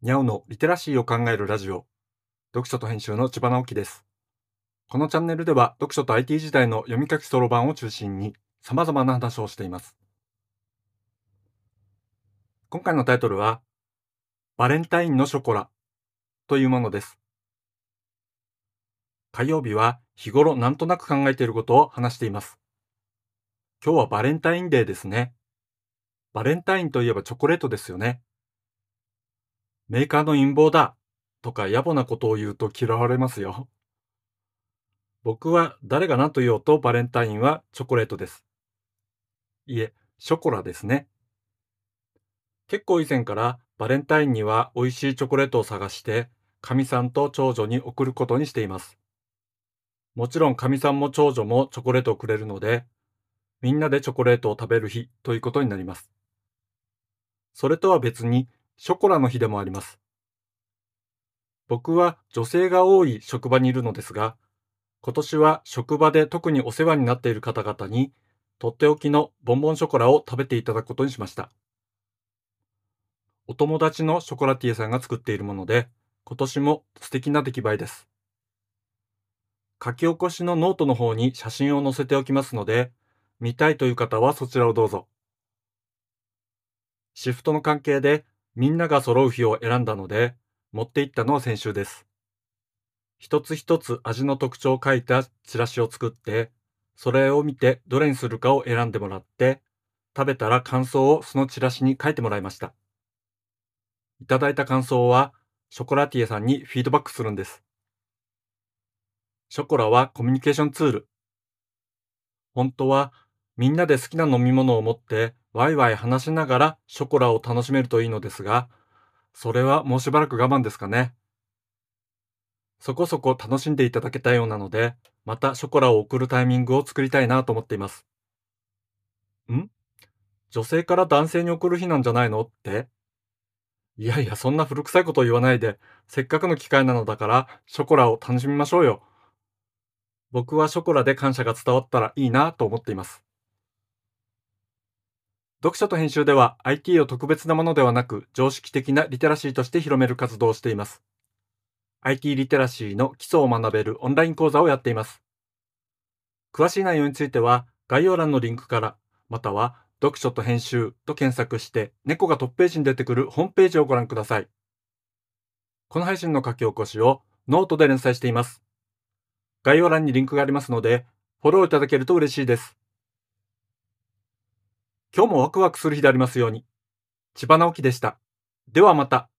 にゃおのリテラシーを考えるラジオ、読書と編集の千葉直樹です。このチャンネルでは読書と IT 時代の読み書きそろばんを中心に様々な話をしています。今回のタイトルは、バレンタインのショコラというものです。火曜日は日頃なんとなく考えていることを話しています。今日はバレンタインデーですね。バレンタインといえばチョコレートですよね。メーカーの陰謀だとか野暮なことを言うと嫌われますよ。僕は誰が何と言おうとバレンタインはチョコレートです。いえ、ショコラですね。結構以前からバレンタインには美味しいチョコレートを探して、かみさんと長女に送ることにしています。もちろんかみさんも長女もチョコレートをくれるので、みんなでチョコレートを食べる日ということになります。それとは別に、ショコラの日でもあります。僕は女性が多い職場にいるのですが、今年は職場で特にお世話になっている方々に、とっておきのボンボンショコラを食べていただくことにしました。お友達のショコラティエさんが作っているもので、今年も素敵な出来栄えです。書き起こしのノートの方に写真を載せておきますので、見たいという方はそちらをどうぞ。シフトの関係でみんなが揃う日を選んだので、持って行ったのは先週です。一つ一つ味の特徴を書いたチラシを作って、それを見てどれにするかを選んでもらって、食べたら感想をそのチラシに書いてもらいました。いただいた感想は、ショコラティエさんにフィードバックするんです。ショコラはコミュニケーションツール。本当はみんなで好きな飲み物を持ってワイワイ話しながらショコラを楽しめるといいのですが、それはもうしばらく我慢ですかね。そこそこ楽しんでいただけたようなので、またショコラを送るタイミングを作りたいなと思っています。ん女性から男性に送る日なんじゃないのって？いやいや、そんな古臭いことを言わないで、せっかくの機会なのだから、ショコラを楽しみましょうよ。僕はショコラで感謝が伝わったらいいなと思っています。読書と編集では IT を特別なものではなく常識的なリテラシーとして広める活動をしています。IT リテラシーの基礎を学べるオンライン講座をやっています。詳しい内容については概要欄のリンクから、または読書と編集と検索して猫がトップページに出てくるホームページをご覧ください。この配信の書き起こしをノートで連載しています。概要欄にリンクがありますので、フォローいただけると嬉しいです。今日もワクワクする日でありますように。千葉直樹でした。ではまた。